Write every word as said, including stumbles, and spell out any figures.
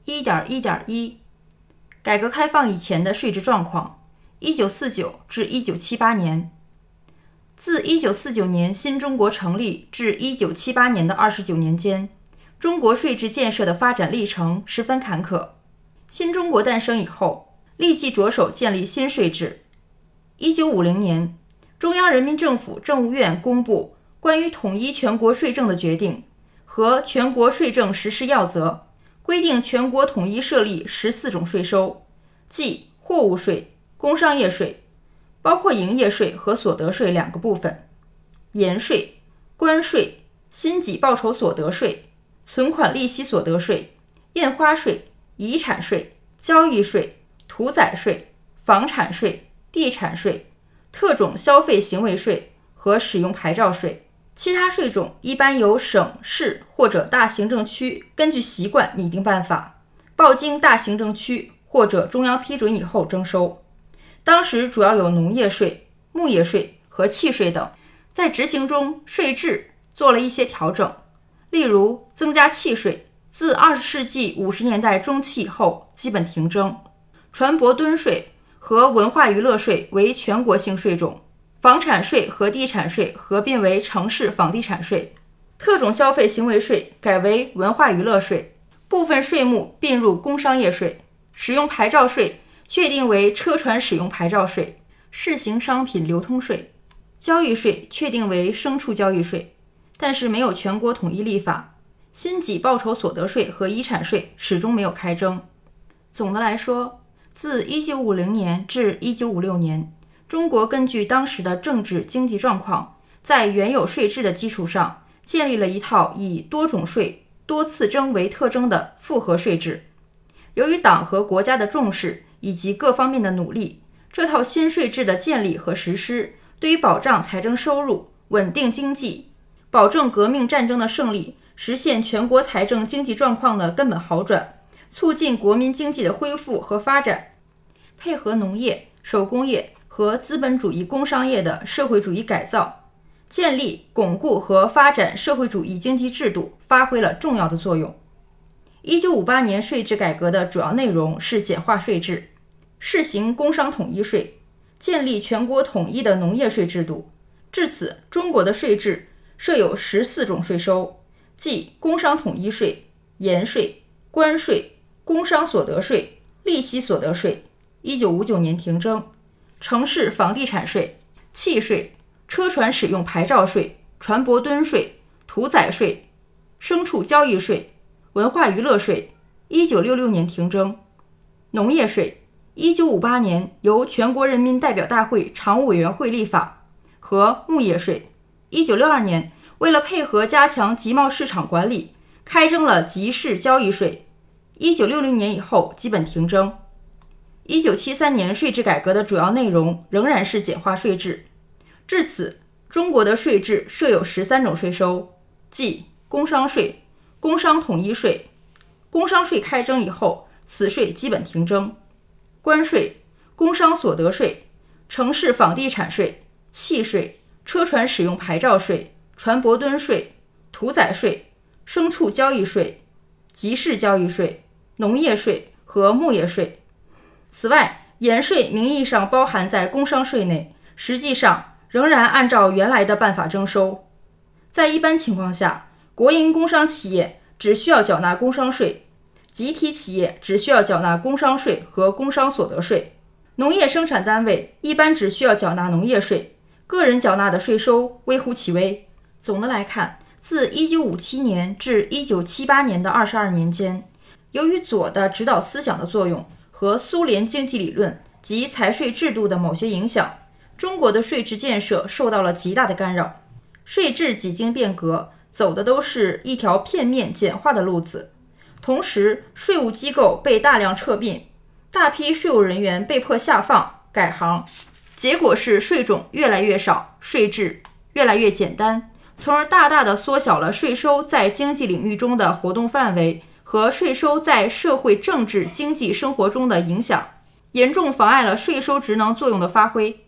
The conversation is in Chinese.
一点一点一 改革开放以前的税制状况，一九四九至一九七八年。自一九四九年新中国成立至一九七八年的二十九年间，中国税制建设的发展历程十分坎坷。新中国诞生以后，立即着手建立新税制。一九五零年，中央人民政府政务院公布关于统一全国税政的决定和全国税政实施要则，规定全国统一设立十四种税收，即货物税、工商业税，包括营业税和所得税两个部分，盐税、关税、薪给报酬所得税、存款利息所得税、印花税、遗产税、交易税、屠宰税、房产税、地产税、特种消费行为税和使用牌照税。其他税种一般由省市或者大行政区根据习惯拟定办法，报经大行政区或者中央批准以后征收。当时主要有农业税、牧业税和契税等。在执行中，税制做了一些调整，例如增加契税，自二十世纪五十年代中期以后基本停征。船舶吨税和文化娱乐税为全国性税种，房产税和地产税合并为城市房地产税，特种消费行为税改为文化娱乐税，部分税目并入工商业税，使用牌照税确定为车船使用牌照税，试行商品流通税，交易税确定为牲畜交易税，但是没有全国统一立法。薪给报酬所得税和遗产税始终没有开征。总的来说，自一九五零年至一九五六年，中国根据当时的政治经济状况，在原有税制的基础上，建立了一套以多种税、多次征为特征的复合税制。由于党和国家的重视以及各方面的努力，这套新税制的建立和实施，对于保障财政收入、稳定经济、保证革命战争的胜利、实现全国财政经济状况的根本好转、促进国民经济的恢复和发展，配合农业、手工业和资本主义工商业的社会主义改造，建立、巩固和发展社会主义经济制度，发挥了重要的作用。一九五八年税制改革的主要内容是简化税制，试行工商统一税，建立全国统一的农业税制度。至此，中国的税制设有十四种税收，即工商统一税、盐税、关税、工商所得税、利息所得税，一九五九年停征，城市房地产税、契税、车船使用牌照税、船舶吨税、屠宰税、牲畜交易税、文化娱乐税，一九六六年停征。农业税，一九五八年由全国人民代表大会常务委员会立法。和牧业税，一九六二年为了配合加强集贸市场管理，开征了集市交易税，一九六零年以后基本停征。一九七三年税制改革的主要内容仍然是简化税制。至此，中国的税制设有十三种税收，即工商税、工商统一税。工商税开征以后，此税基本停征。关税、工商所得税、城市房地产税、契税、车船使用牌照税、船舶吨税、屠宰税、牲畜交易税、集市交易税、农业税和牧业税。此外，盐税名义上包含在工商税内，实际上仍然按照原来的办法征收。在一般情况下，国营工商企业只需要缴纳工商税，集体企业只需要缴纳工商税和工商所得税，农业生产单位一般只需要缴纳农业税，个人缴纳的税收微乎其微。总的来看，自一九五七年至一九七八年的二十二年间，由于左的指导思想的作用和苏联经济理论及财税制度的某些影响，中国的税制建设受到了极大的干扰。税制几经变革，走的都是一条片面简化的路子，同时税务机构被大量撤并，大批税务人员被迫下放改行，结果是税种越来越少，税制越来越简单，从而大大的缩小了税收在经济领域中的活动范围和税收在社会政治经济生活中的影响，严重妨碍了税收职能作用的发挥。